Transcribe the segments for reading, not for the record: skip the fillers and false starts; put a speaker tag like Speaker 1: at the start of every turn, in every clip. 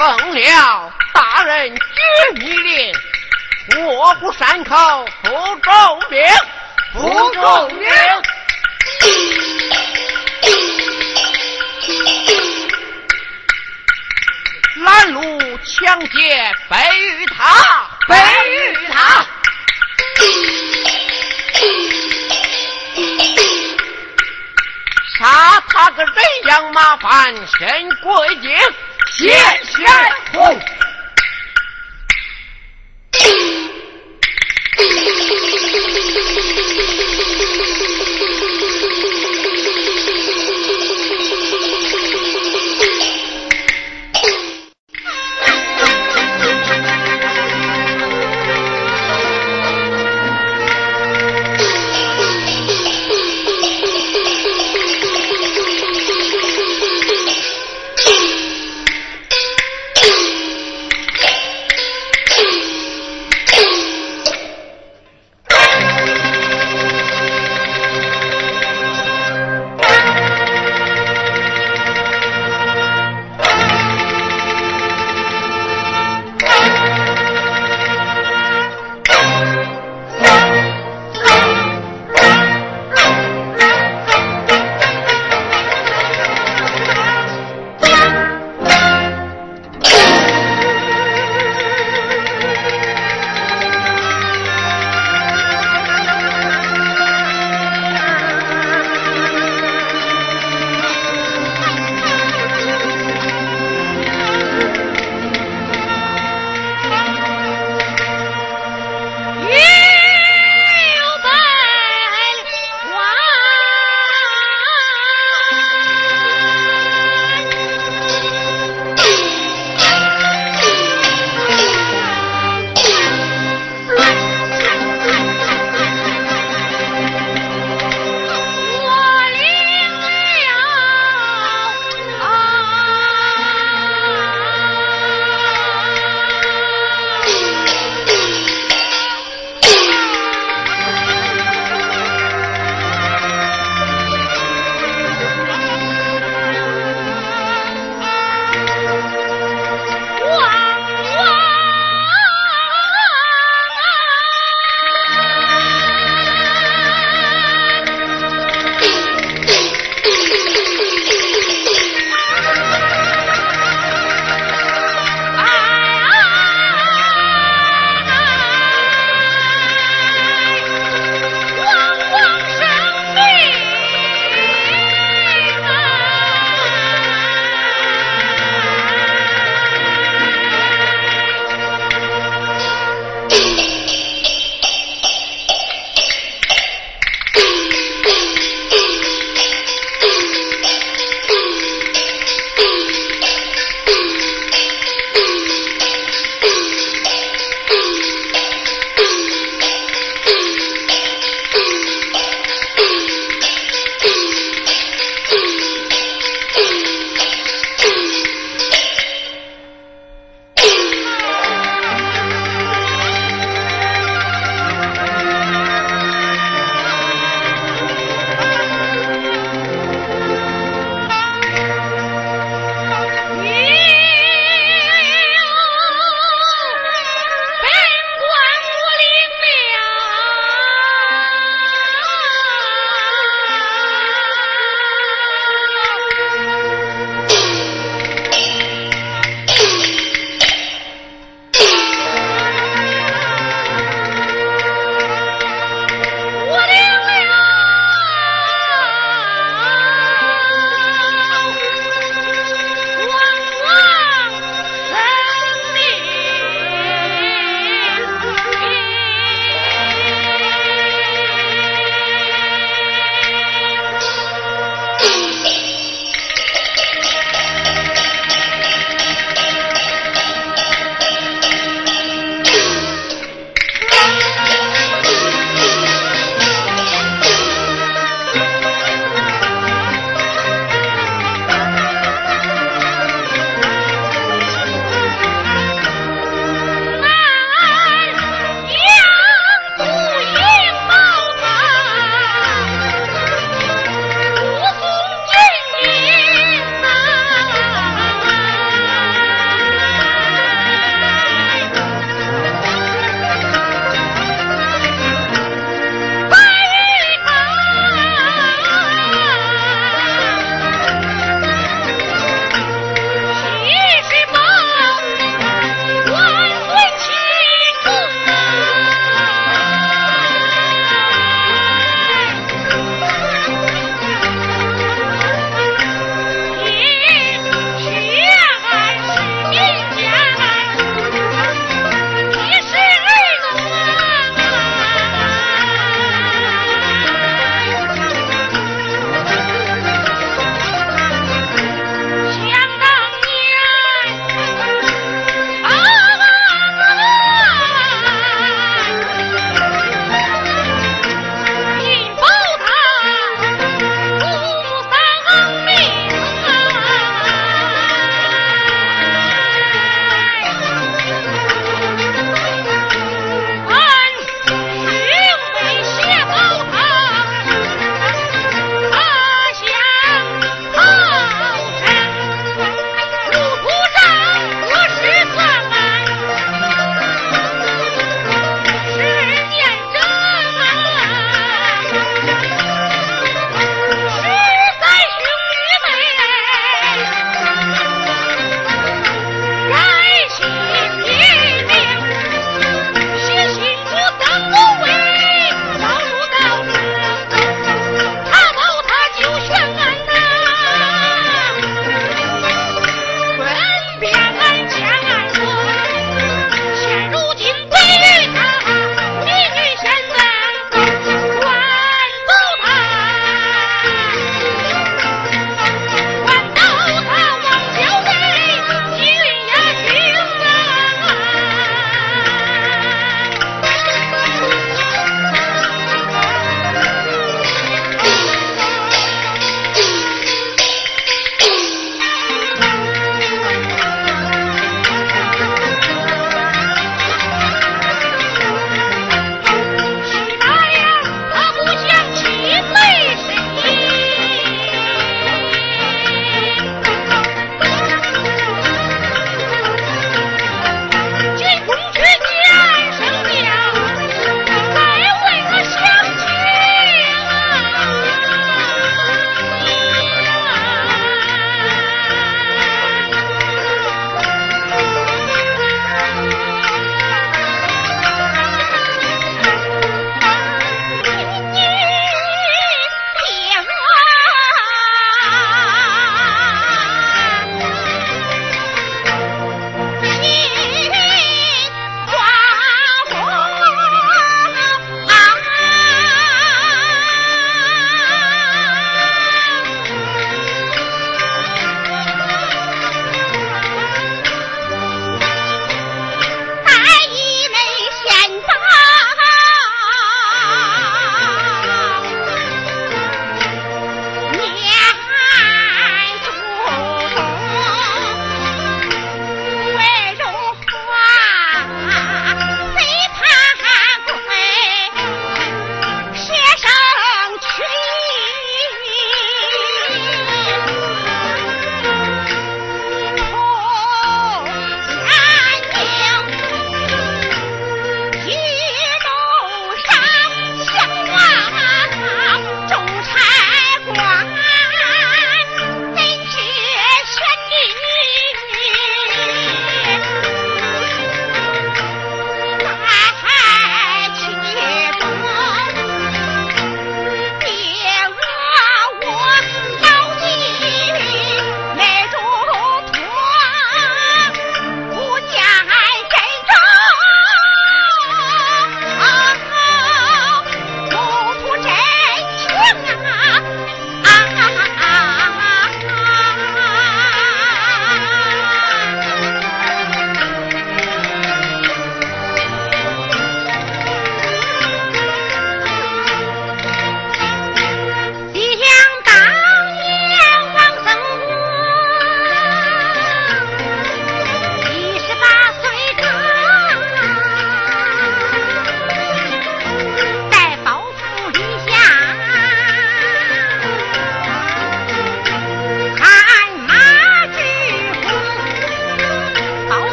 Speaker 1: 奉了大人举密令，卧虎山口不重兵，
Speaker 2: 不重兵。
Speaker 1: 拦路抢劫北玉塔，
Speaker 2: 北玉塔。
Speaker 1: 杀他个人仰马翻，先跪敬，
Speaker 2: 谢玄红。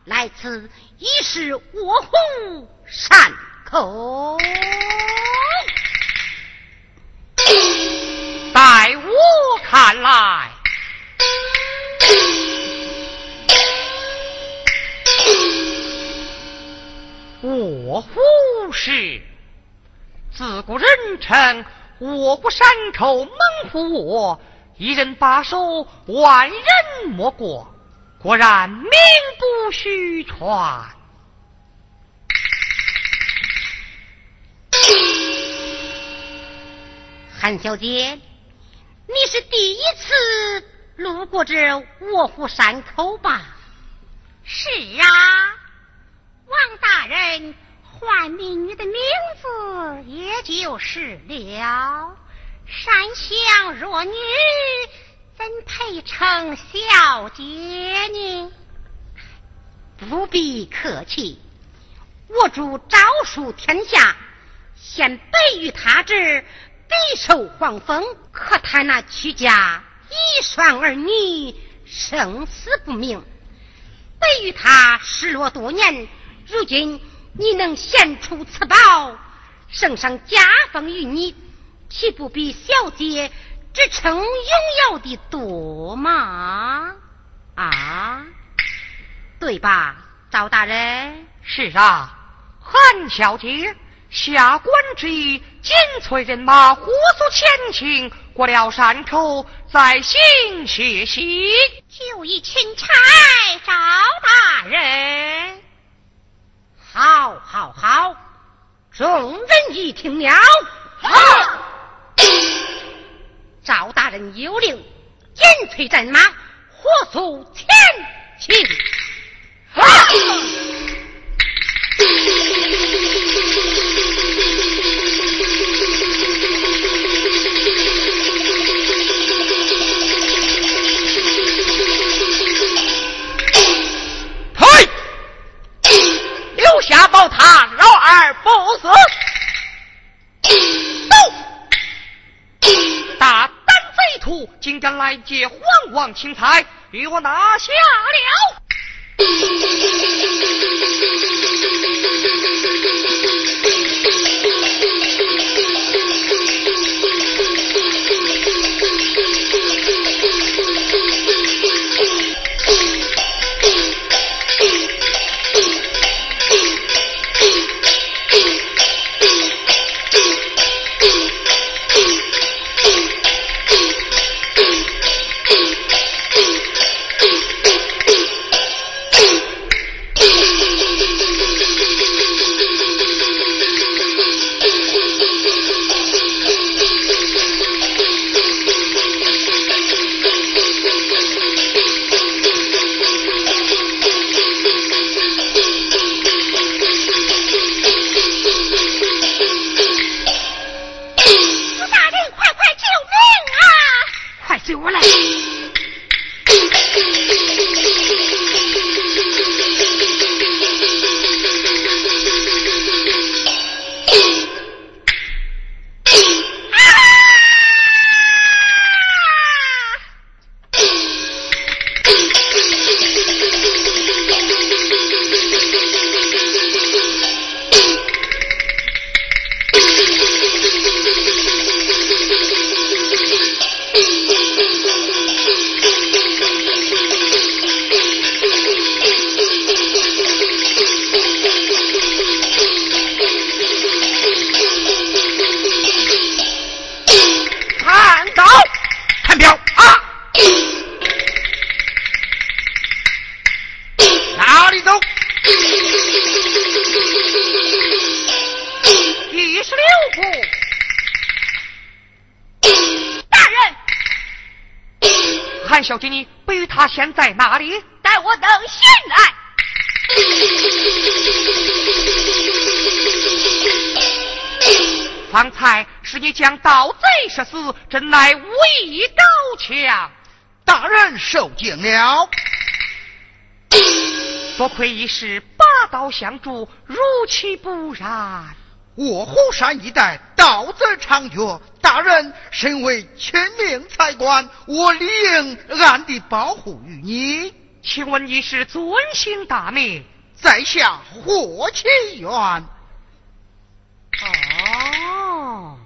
Speaker 3: 来此已是卧虎山口。
Speaker 4: 在我看来，卧虎是自古人称卧虎山口猛虎卧，一人把守，万人莫过，果然名不虚传。
Speaker 3: 韩小姐，你是第一次路过这卧虎山口吧？
Speaker 5: 是啊，王大人唤明你的名字也就是了。山香若女，怎配称小姐呢？
Speaker 3: 不必客气，我主诏书天下，现北于他之备受皇封，可他那屈家一双儿女生死不明，北于他失落多年，如今你能献出此宝，圣上加封于你，岂不比小姐只称荣耀的多吗？啊，对吧，赵大人？
Speaker 4: 是啊，韩小姐，下官之意，紧催人马火速前行，过了山口再行歇息。
Speaker 5: 就以钦差赵大人。
Speaker 3: 好好好，众人一听了。
Speaker 5: 好，
Speaker 3: 赵大人有令，紧催战马，火速前行。
Speaker 5: 好。
Speaker 4: 退！留下宝塔，老二不死。走！大胆贼徒，竟敢来劫皇王钦差，与我拿下了！韩小姐，你不与他先在哪里？
Speaker 5: 待我等信来。
Speaker 4: 方才是你将盗贼射死，真乃武艺高强。
Speaker 2: 大人受惊了。
Speaker 4: 多亏一时拔刀相助，如其不然。
Speaker 2: 卧虎山一带盗贼猖獗，大人身为亲命差官，我理应暗地保护于你。
Speaker 4: 请问你是尊姓大名？
Speaker 2: 在下霍启元。
Speaker 3: 哦，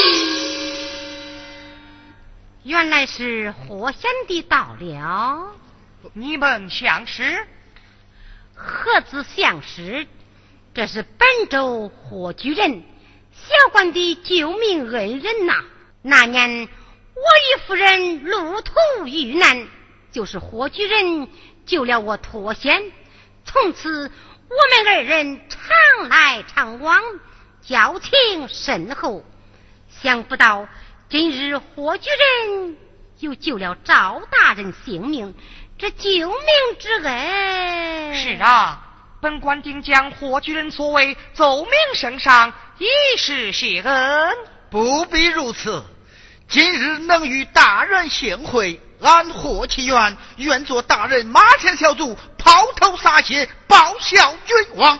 Speaker 3: 原来是霍贤弟到了。
Speaker 4: 你们相识？
Speaker 3: 何止相识，这是本州霍举人小官的救命恩人呐。那年我与夫人路途遇难，就是霍举人救了我脱险，从此我们二人常来常往，交情深厚。想不到今日霍举人又救了赵大人性命，这救命之恩。
Speaker 4: 是啊，本官定将霍举人所为奏明圣上，以示谢恩。
Speaker 2: 不必如此，今日能与大人相会，俺霍启元愿做大人马前小卒，抛头洒血，报效君王。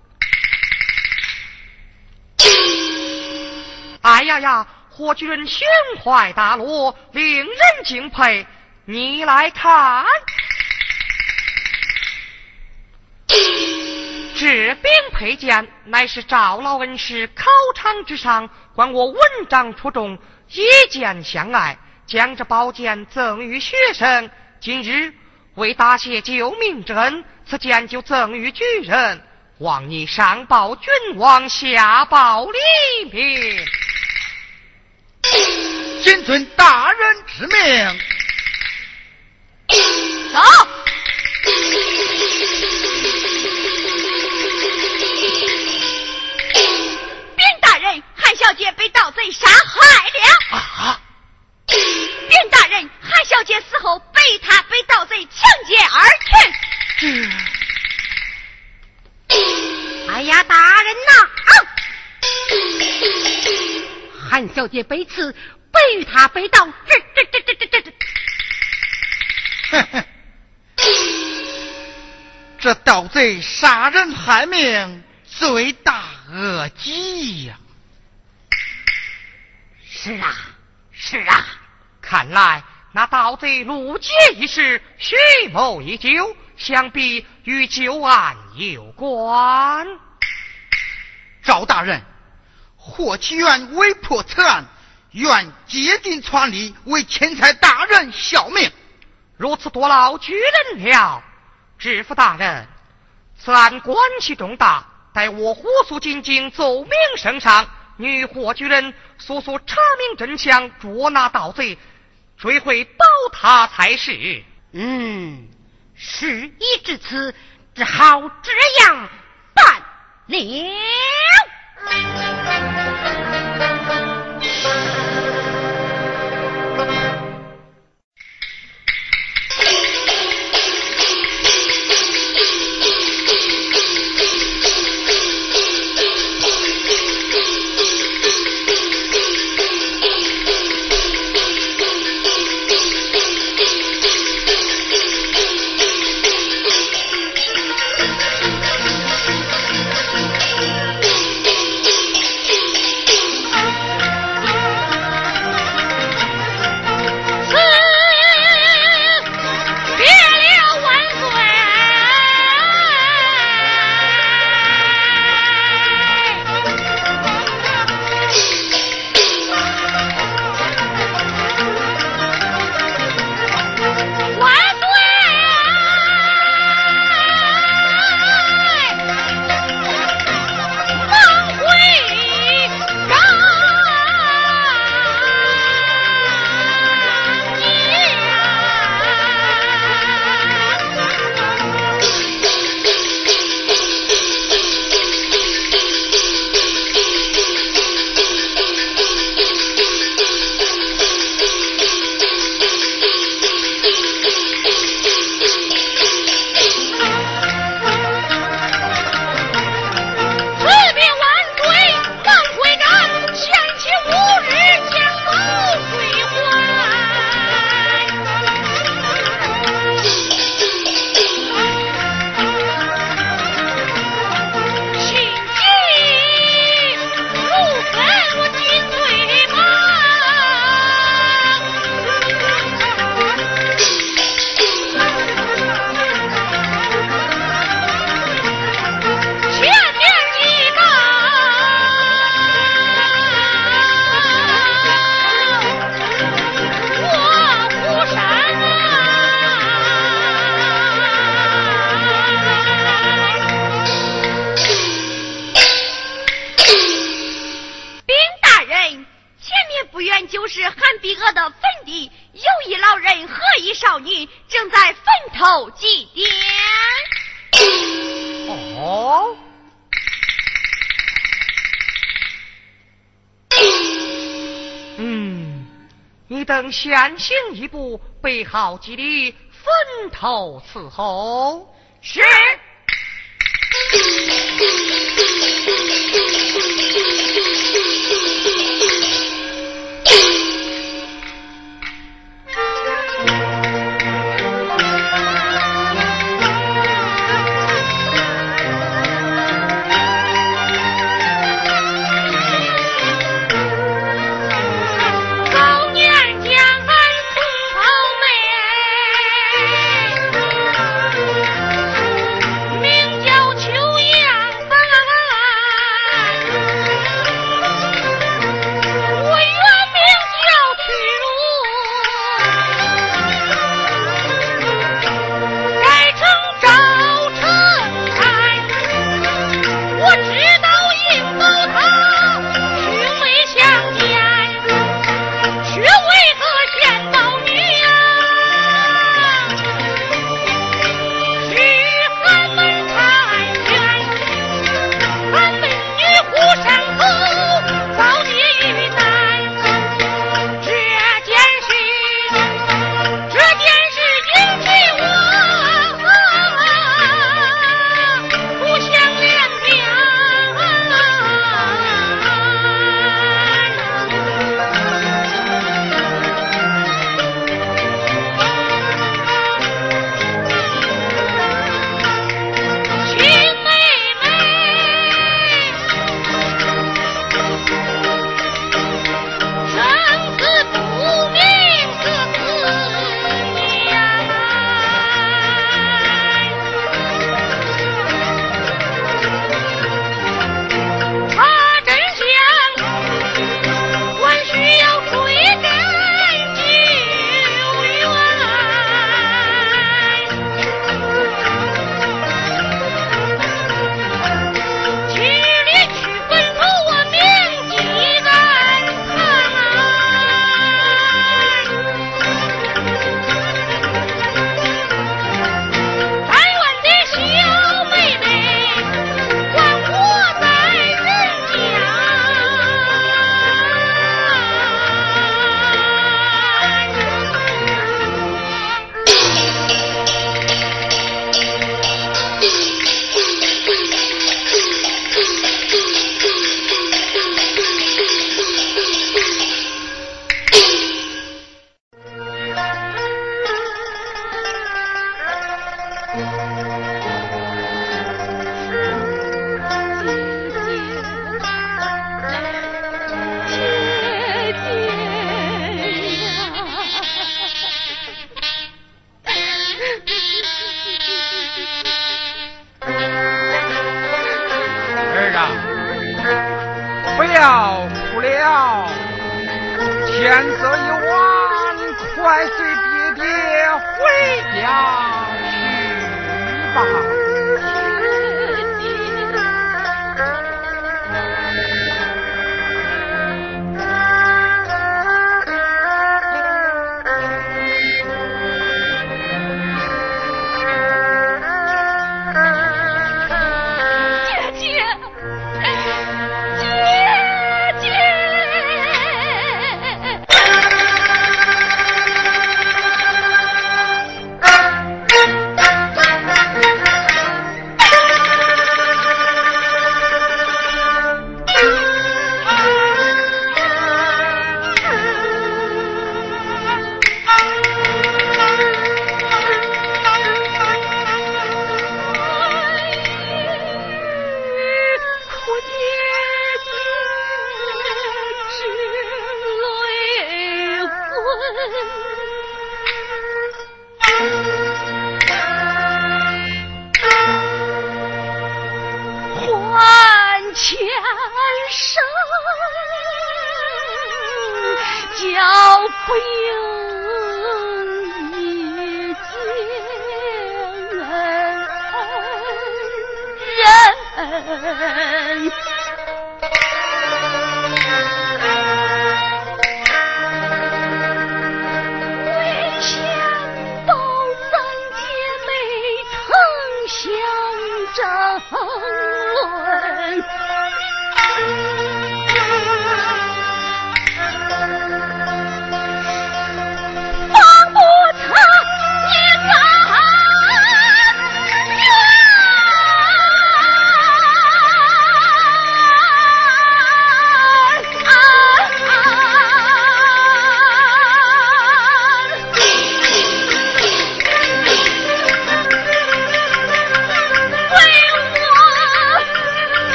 Speaker 4: 哎呀呀，霍举人胸怀大陆，令人敬佩。你来看，这柄佩剑乃是赵老恩师考场之上，观我文章出众，一剑相爱，将这宝剑赠予学生。今日为答谢救命之恩，此剑就赠予举人，望你上报君王，下报黎民。
Speaker 2: 谨遵大人之命。
Speaker 5: 走。禀大人，韩小姐被盗贼杀害了。
Speaker 2: 啊！
Speaker 5: 禀大人，韩小姐死后被盗贼强劫而去。
Speaker 3: 哎呀，大人呐！韩小姐被刺，被他被盗，
Speaker 2: 这盗贼杀人害命，罪大恶极呀！
Speaker 3: 是啊，是啊，
Speaker 4: 看来那盗贼陆杰一事蓄谋已久，想必与旧案有关。
Speaker 2: 赵大人，霍启元为破此案，愿竭尽全力为钦差大人效命。
Speaker 4: 如此多劳举人了。知府大人，此案关系重大，待我火速进京奏明圣上，女霍举人速速查明真相，捉拿盗贼，追回宝塔才是。
Speaker 3: 事已至此，只好这样办了。
Speaker 5: 就是韩碧娥的坟地，有一老人和一少女正在坟头祭奠。
Speaker 4: 哦，你等先行一步，备好祭礼，坟头伺候。
Speaker 5: 是。
Speaker 6: 天色已晚，快随爹爹回家去吧。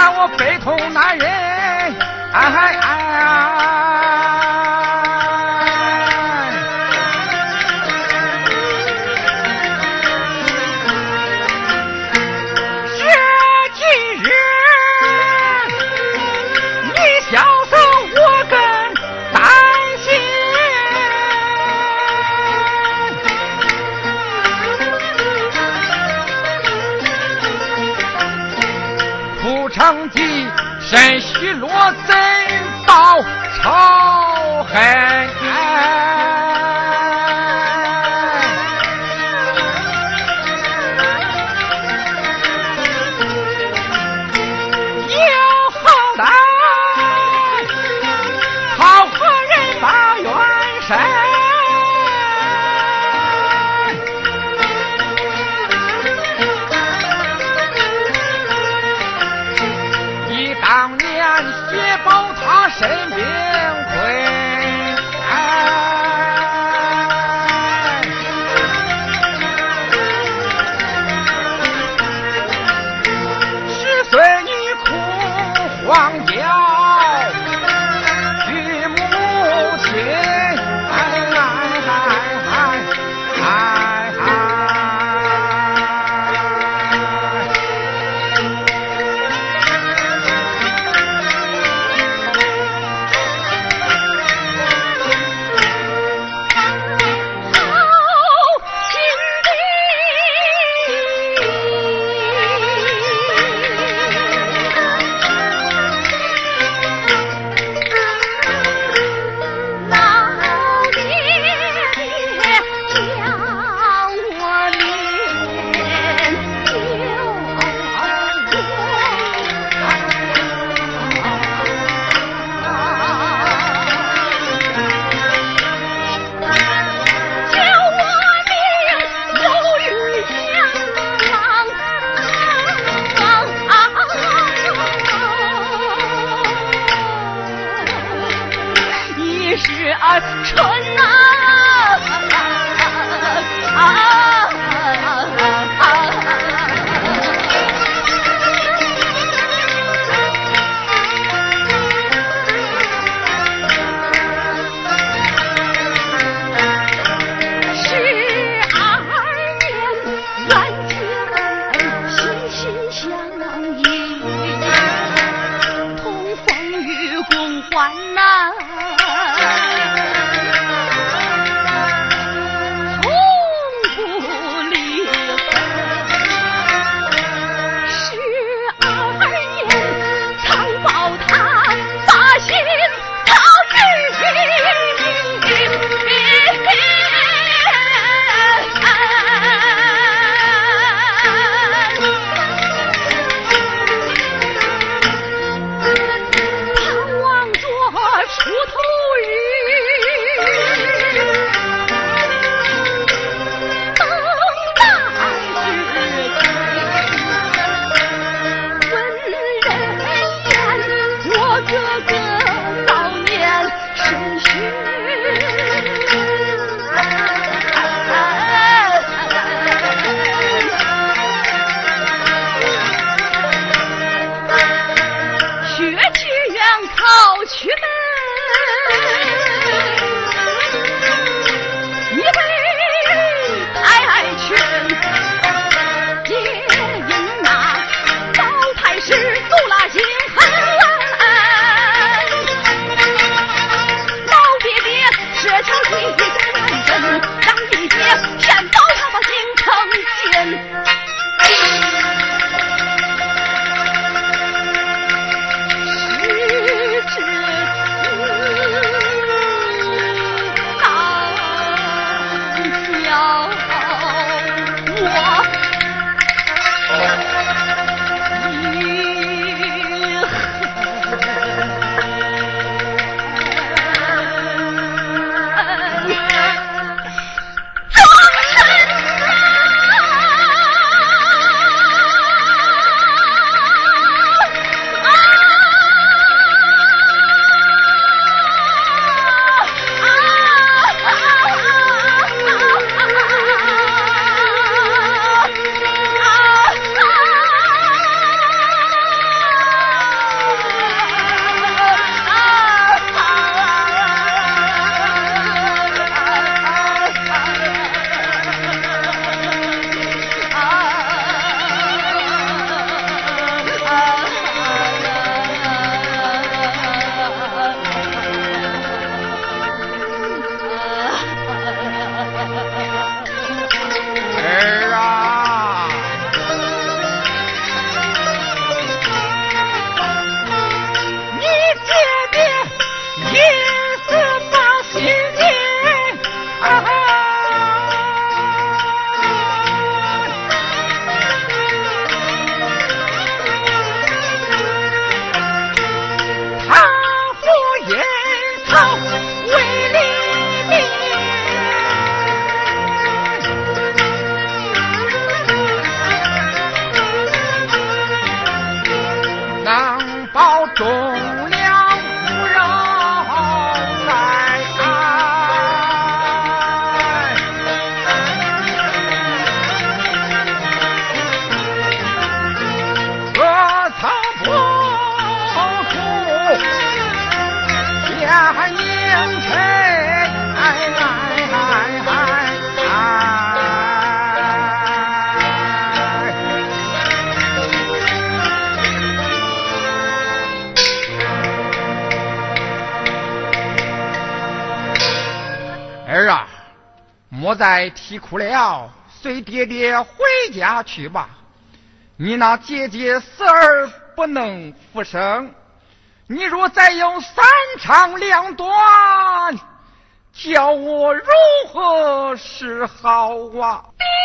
Speaker 6: 把我非同男人，成绩甚许落怎报仇恨？有后来好何人报冤声？当年血报他身病归10岁女哭荒郊与母亲出头终了不饶再爱。何曾不负天应承。儿啊，莫再啼哭了，随爹爹回家去吧。你那姐姐死而不能复生，你若再有三长两短，叫我如何是好啊？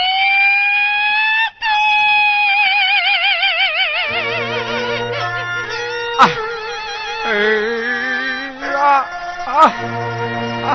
Speaker 6: 儿啊！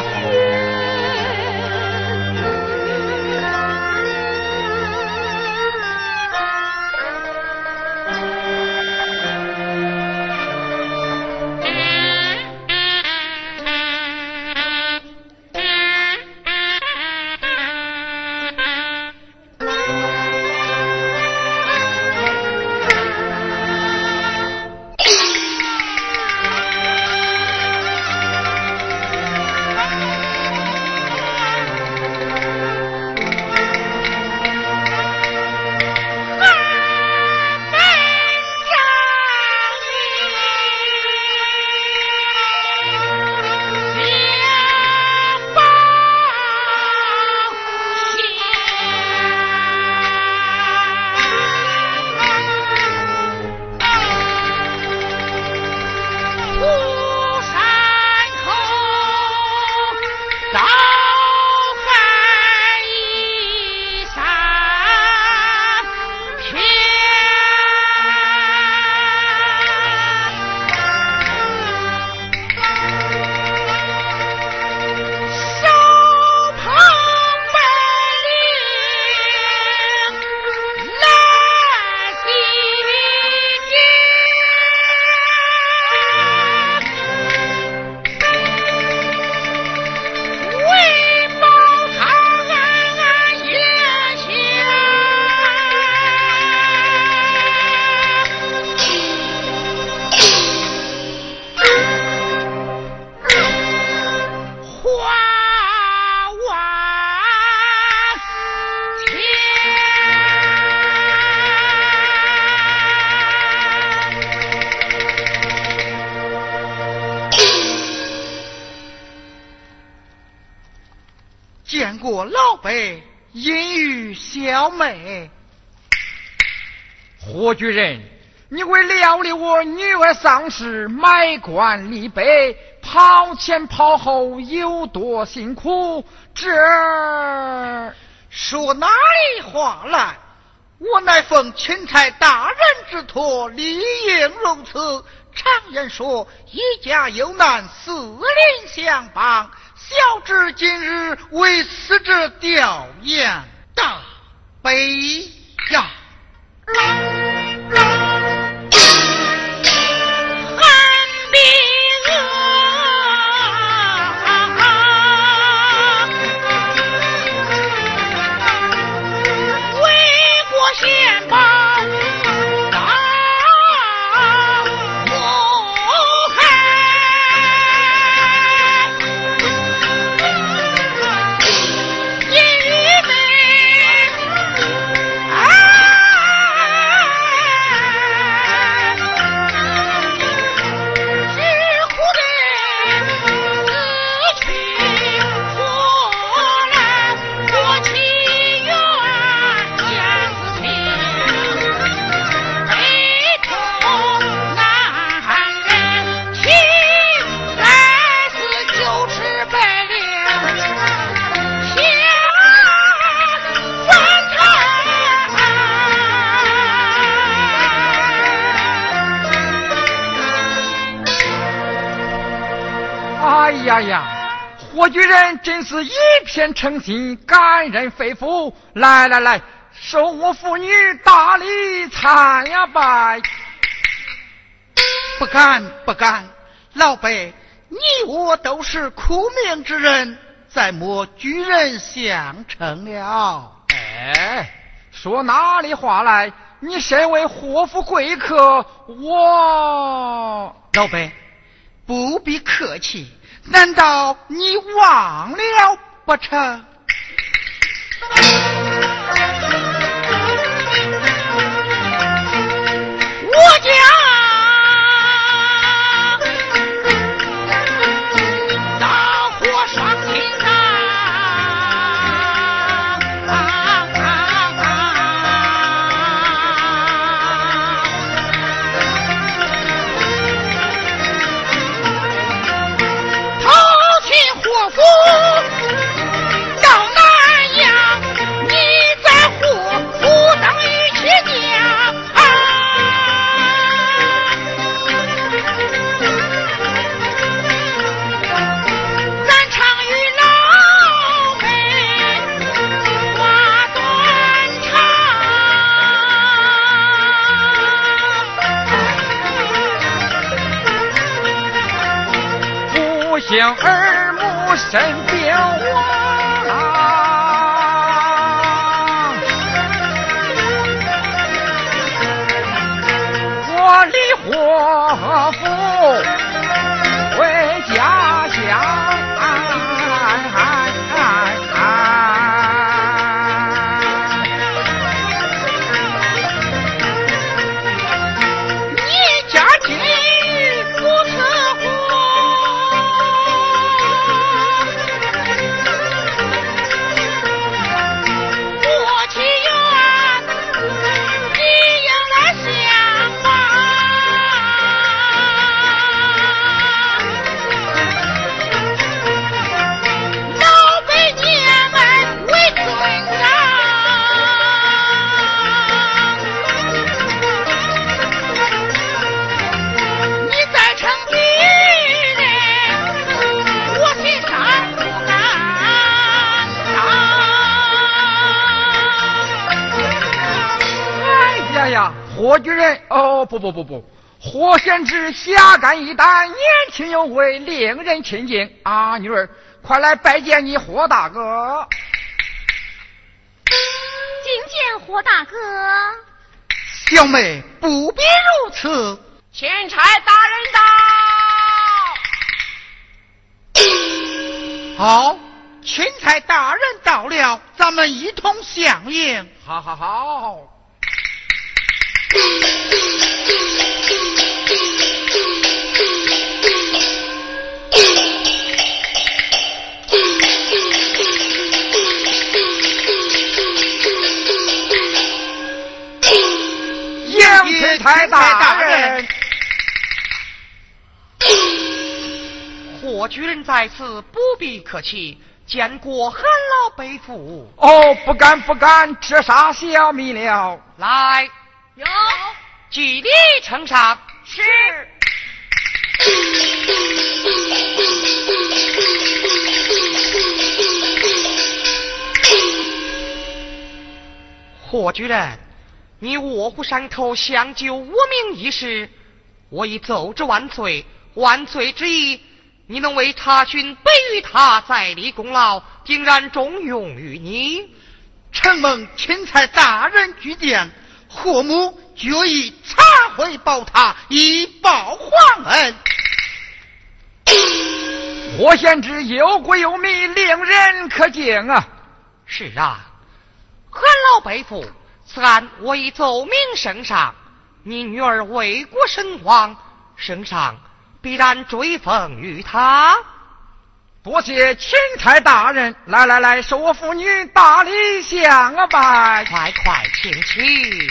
Speaker 6: 见过老辈，阴雨小妹。霍举人，你为料理我女儿丧事，买官立碑，跑前跑后有多辛苦？这
Speaker 2: 说哪里话来？我乃奉钦差大人之托，理应如此。常言说，一家有难，四邻相帮。小侄今日为死者吊唁大悲呀！
Speaker 6: 哎呀，霍举人真是一片诚心，感人肺腑。来来来，受我妇女大礼参呀拜。
Speaker 2: 不敢，老伯，你我都是苦命之人，再莫举人相称了。
Speaker 6: 哎，说哪里话来？你身为霍府贵客，我
Speaker 2: 老伯不必客气，难道你忘了不成？
Speaker 5: 我家大火双亲上，逃去霍府到南阳，你在霍府等于亲家。
Speaker 6: 不幸儿母身边亡，我离霍府回家乡。
Speaker 5: 你家境不似乎过去远，你应来相望。老辈爷们为尊长，你在城居人，我心上不敢当。
Speaker 6: 哎呀，霍举人，哦，不，霍贤侄侠肝义胆，年轻有为，令人亲近啊！女儿，快来拜见你霍大哥。
Speaker 3: 觐见霍大哥。
Speaker 2: 小妹不必如此。
Speaker 1: 钦差大人到。
Speaker 2: 好，钦差大人到了，咱们一同相迎。
Speaker 6: 好。迎钦差大人。
Speaker 4: 霍举人在此，不必客气，见过韩老辈父。
Speaker 6: 哦，不敢，这啥小米了？
Speaker 4: 来，
Speaker 1: 有，
Speaker 4: 祭礼呈上。
Speaker 1: 是。
Speaker 4: 霍举人，你卧虎山口相救我命一事，我已奏之万岁。万岁之意，你能为查询北于他再立功劳，竟然重用于你。
Speaker 2: 承蒙钦差大人举荐，霍母决意查回报他，以报皇恩。
Speaker 6: 霍贤侄有国有民，令人可敬啊！
Speaker 4: 是啊，韩老辈父，此案我已奏明圣上，你女儿为国身亡，圣上必然追封于他。
Speaker 6: 多谢钦差大人，来，受我妇女大礼相拜。
Speaker 4: 快请起。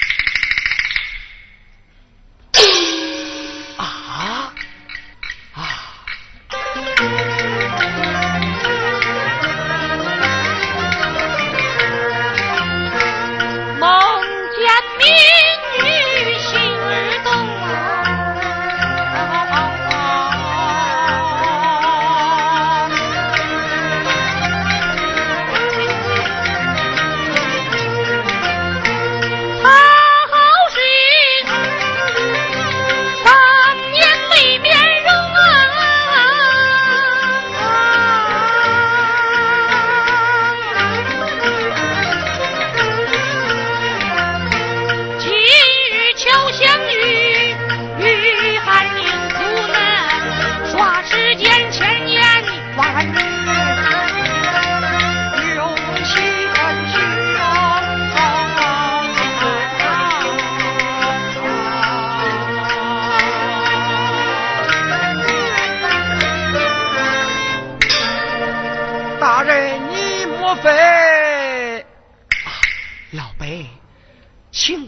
Speaker 5: 梦见民女心儿动他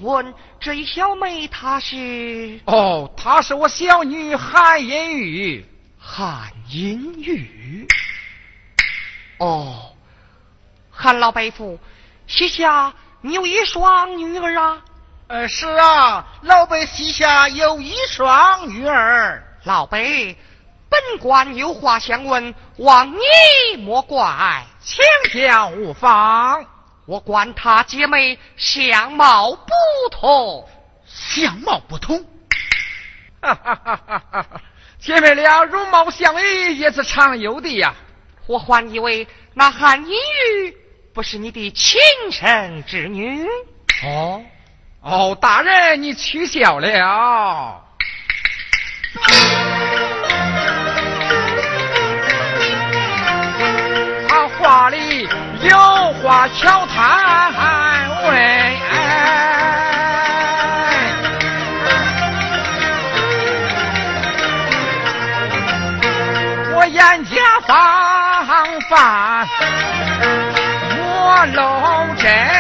Speaker 4: 问这一小妹她是？
Speaker 6: 哦，她是我小女韩银玉。
Speaker 4: 韩银玉。哦，韩老伯父，膝下你有一双女儿啊？
Speaker 2: 是啊，老辈膝下有一双女儿。
Speaker 4: 老伯，本官有话相问，望你莫怪。
Speaker 6: 请讲无妨。
Speaker 4: 我观她姐妹相貌不同。
Speaker 2: 相貌不同？
Speaker 6: 哈哈哈哈哈！姐妹俩容貌相依也是常有的呀。
Speaker 4: 我还以为那韩银玉不是你的亲生侄女。
Speaker 6: 哦，大人你取笑了。他话里有话巧谈喂，我严加防范莫漏针。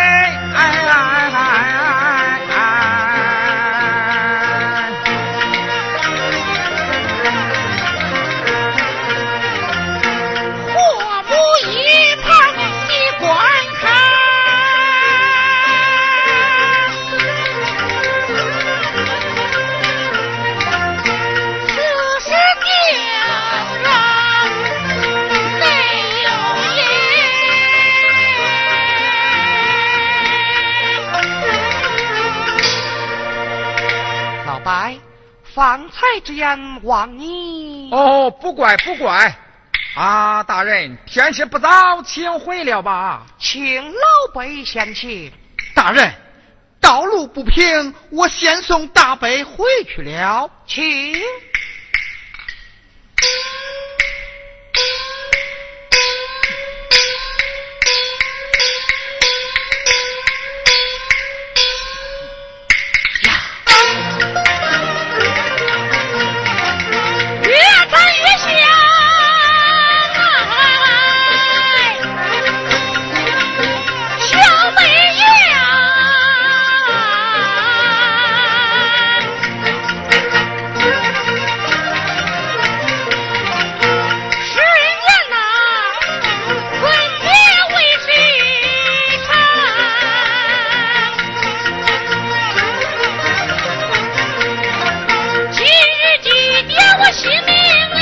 Speaker 4: 方才之言望你。
Speaker 6: 哦，不怪不怪。啊，大人，天气不早，请回了吧。
Speaker 4: 请老伯先去。
Speaker 2: 大人，道路不平，我先送大伯回去了。
Speaker 4: 请。
Speaker 5: 心里